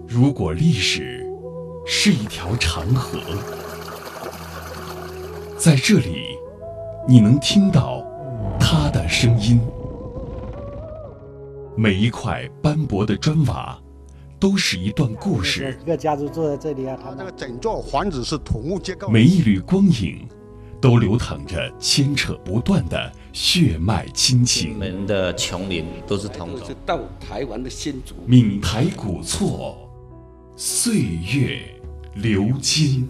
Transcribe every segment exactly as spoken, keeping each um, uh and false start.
如果历史是一条长河，在这里你能听到它的声音。每一块斑驳的砖瓦都是一段故事， 一个家族坐在这里啊，他这个整座房子是土木结构， 每一缕光影都流淌着牵扯不断的血脉亲情。 我们的琼林都是同种， 是到台湾的新竹。 闽台古厝，岁月流金。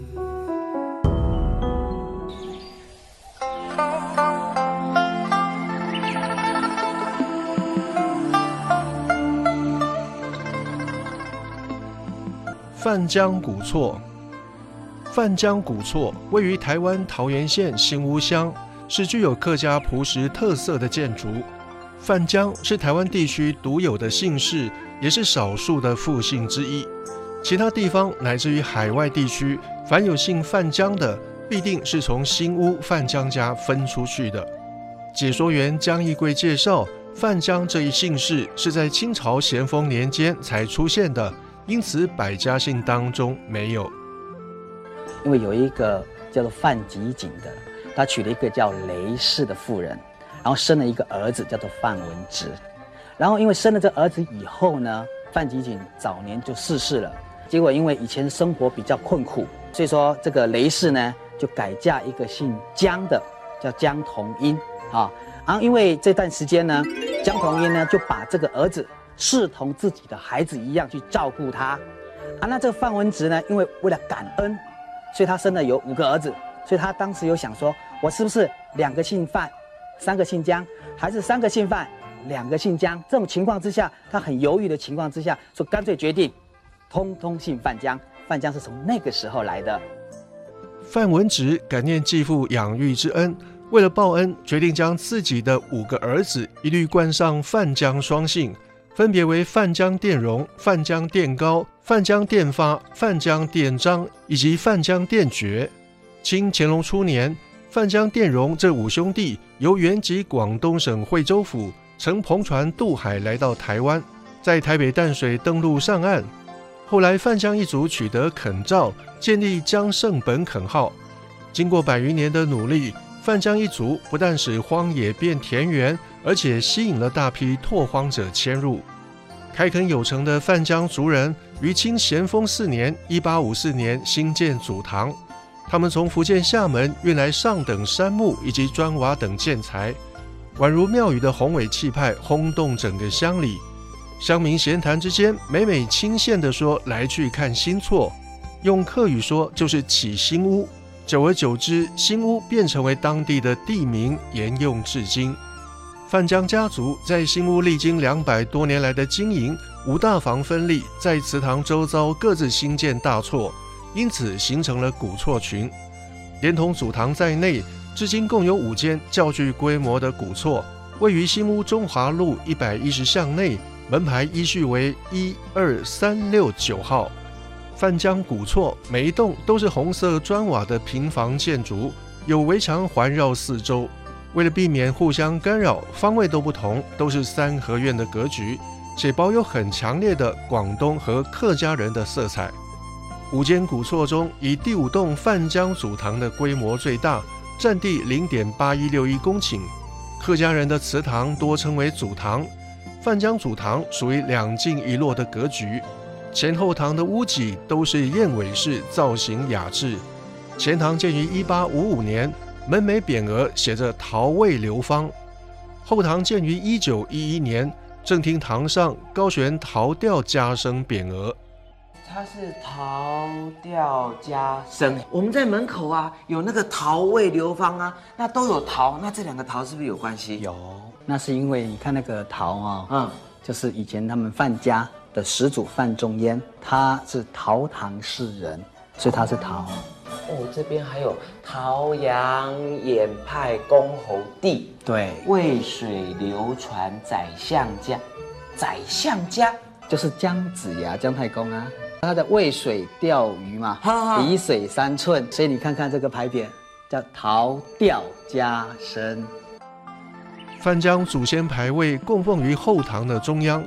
范江古厝，范江古厝位于台湾桃园县新屋乡，是具有客家朴实特色的建筑。范江是台湾地区独有的姓氏，也是少数的复姓之一。其他地方乃至于海外地区，凡有姓范江的，必定是从新屋范江家分出去的。解说员江义贵介绍，范江这一姓氏是在清朝咸丰年间才出现的，因此百家姓当中没有。 因为有一个叫做范吉景的，他娶了一个叫雷氏的妇人，然后生了一个儿子叫做范文植。然后因为生了这儿子以后呢，范吉景早年就逝世了。结果因为以前生活比较困苦，所以说这个雷氏呢就改嫁一个姓江的，叫江同英啊。然后因为这段时间呢，江同英呢就把这个儿子视同自己的孩子一样去照顾他啊。那这个范文植呢，因为为了感恩，所以他生了有五个儿子，所以他当时有想说，我是不是两个姓范，三个姓江，还是三个姓范，两个姓江？这种情况之下，他很犹豫的情况之下，说干脆决定通通姓范江。范江是从那个时候来的。 范文植感念继父养育之恩，为了报恩，决定将自己的五个儿子一律冠上范江双姓，分别为范江殿荣、范江殿高、范江殿发、范江殿章以及范江殿爵。清乾隆初年，范江殿荣这五兄弟由原籍广东省惠州府，乘篷船渡海来到台湾，在台北淡水登陆上岸。后来范江一族取得垦诏，建立江圣本垦号。经过百余年的努力，范江一族不但使荒野变田园，而且吸引了大批拓荒者迁入。开垦有成的范江族人于清咸丰四年（一八五四年）兴建祖堂，他们从福建厦门运来上等杉木以及砖瓦等建材，宛如庙宇的宏伟气派，轰动整个乡里。乡民闲谈之间，每每轻羡地说来去看新厝，用客语说就是起新屋。久而久之，新屋便成为当地的地名，沿用至今。范江家族在新屋历经两百多年来的经营，五大房分立，在祠堂周遭各自兴建大厝，因此形成了古厝群。连同祖堂在内，至今共有五间较具规模的古厝，位于新屋中华路一百一十巷内，门牌依序为一二三六九号。范江古厝每一栋都是红色砖瓦的平房建筑，有围墙环绕四周。为了避免互相干扰，方位都不同，都是三合院的格局，且保有很强烈的广东和客家人的色彩。五间古厝中，以第五栋范江祖堂的规模最大，占地 零点八一六一公顷。客家人的祠堂多称为祖堂，范江祖堂属于两进一落的格局。前后堂的屋脊都是燕尾式，造型雅致。前堂建于一八五五年，门楣匾额写着陶魏流芳。后堂建于一九一一年，正厅堂上高悬陶吊家生匾额。 它是陶吊家生，我们在门口啊有那个陶魏流芳啊，那都有陶，那这两个陶是不是有关系？ 有，那是因为你看那个陶啊、哦， 嗯， 就是以前他们范家的始祖范仲淹，他是陶唐氏人，所以他是陶。 哦，这边还有陶阳衍派公侯地， 对， 渭水流传宰相家，宰相家就是姜子牙姜太公啊，他的渭水钓鱼嘛，离水三寸，所以你看看这个牌匾叫陶吊家生。 范江祖先牌位供奉于后堂的中央，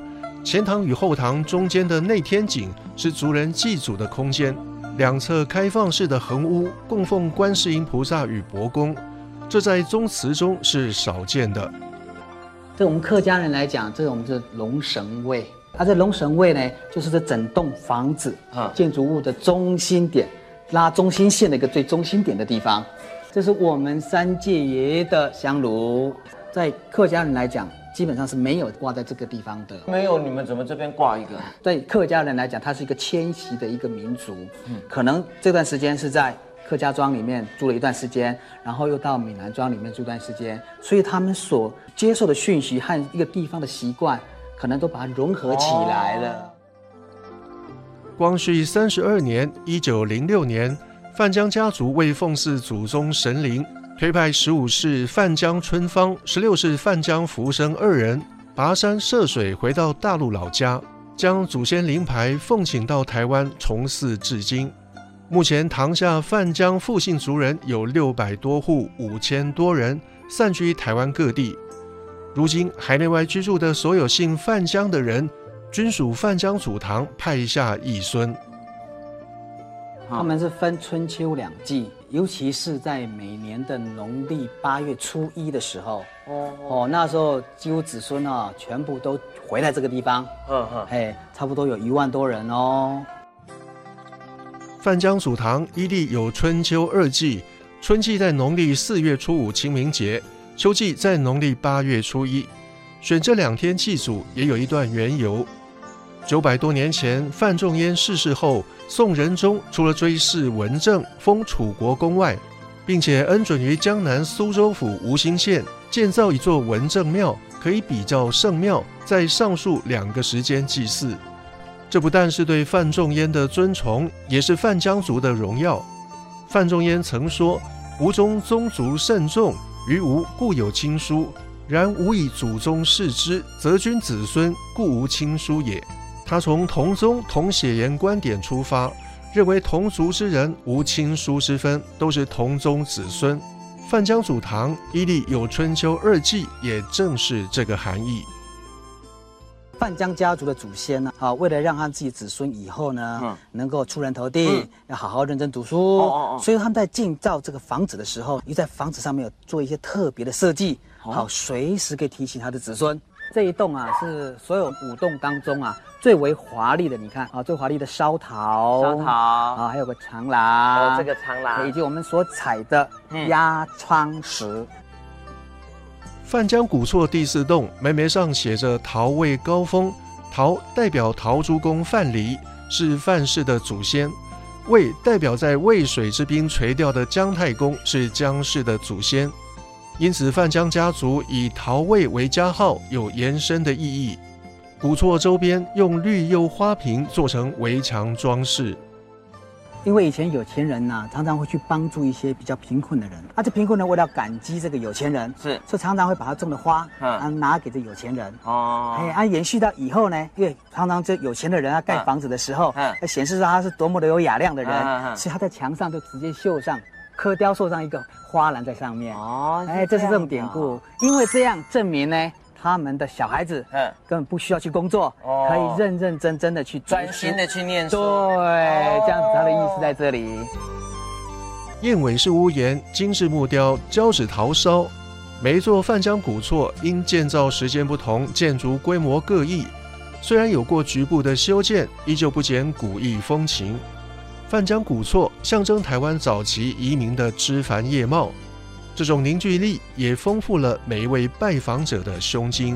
前堂与后堂中间的内天井是族人祭祖的空间，两侧开放式的横屋供奉观世音菩萨与伯公，这在宗祠中是少见的。 对我们客家人来讲，这种是龙神位。它这龙神位呢，就是这整栋房子、啊、建筑物的中心点，拉中心线的一个最中心点的地方。这是我们三界爷的香炉，在客家人来讲，基本上是没有挂在这个地方的。 没有，你们怎么这边挂一个？ 对客家人来讲，它是一个迁徙的一个民族，嗯，可能这段时间是在客家庄里面住了一段时间，然后又到闽南庄里面住一段时间，所以他们所接受的讯息和一个地方的习惯，可能都把它融合起来了。哦、 光绪三十二年（一九零六年），范江家族为奉祀祖宗神灵，推派十五世范江春芳、十六世范江福生二人跋山涉水回到大陆老家，将祖先灵牌奉请到台湾重祀至今。目前堂下范江复姓族人有六百多户，五千多人，散居台湾各地。如今海内外居住的所有姓范江的人，均属范江祖堂派下义孙。 他们是分春秋两季，尤其是在每年的农历八月初一的时候，哦哦，那时候几乎子孙啊，全部都回来这个地方，嗯嗯，哎，差不多有一万多人哦。 范江祖堂依例有春秋二季，春季在农历四月初五清明节，秋季在农历八月初一。选这两天祭祖也有一段缘由。九百多年前，范仲淹逝世后，宋仁宗除了追谥文正，封楚国公外，并且恩准于江南苏州府吴兴县建造一座文正庙，可以比照圣庙，在上述两个时间祭祀。这不但是对范仲淹的尊崇，也是范江族的荣耀。范仲淹曾说：“吴中宗族甚众，于吴故有亲疏，然吾以祖宗视之，则君子孙，故无亲疏也。”他从同宗同血缘观点出发，认为同族之人无亲疏之分，都是同宗子孙。范江祖堂依例有春秋二季，也正是这个含义。 范江家族的祖先呢，啊，为了让他自己子孙以后呢，嗯、能够出人头地，嗯、要好好认真读书，哦哦哦所以他们在建造这个房子的时候，又在房子上面有做一些特别的设计，哦、好随时可以提醒他的子孙。这一栋啊，是所有五栋当中啊最为华丽的。你看啊，最华丽的烧陶， 烧陶啊，还有个长廊， 哦，这个长廊， 以及我们所采的压窗石。嗯范江古厝第四栋门楣上写着陶魏高峰，陶代表陶朱公范蠡，是范氏的祖先；魏代表在渭水之滨垂钓的姜太公，是姜氏的祖先。因此范江家族以陶魏为家号，有延伸的意义。古厝周边用绿釉花瓶做成围墙装饰。 因为以前有钱人呐、啊，常常会去帮助一些比较贫困的人。啊，这贫困人为了感激这个有钱人，是，所以常常会把他种的花，嗯，啊拿给这有钱人。哦，哎，啊，延续到以后呢，因为常常这有钱的人啊盖房子的时候，嗯，显示出他是多么的有雅量的人，嗯嗯、所以他在墙上就直接绣上刻雕塑上一个花篮在上面。哦，哎，这是这种典故，因为这样证明呢。他们的小孩子，嗯，根本不需要去工作，哦、可以认认真真的去专心的去念书。 对，哦、这样子他的意思在这里。 燕尾式屋檐，精致木雕，胶纸陶烧。每一座范江古厝因建造时间不同，建筑规模各异。虽然有过局部的修建，依旧不减古意风情。范江古厝象征台湾早期移民的枝繁叶茂。这种凝聚力也丰富了每一位拜访者的胸襟。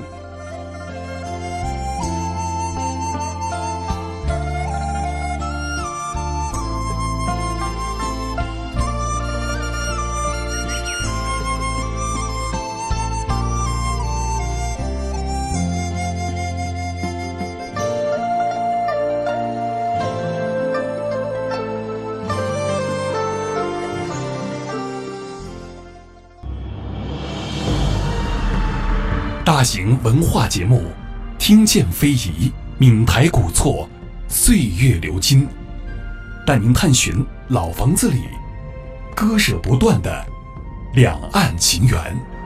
大型文化节目，听见非遗，闽台古厝，岁月流金，带您探寻老房子里割舍不断的两岸情缘。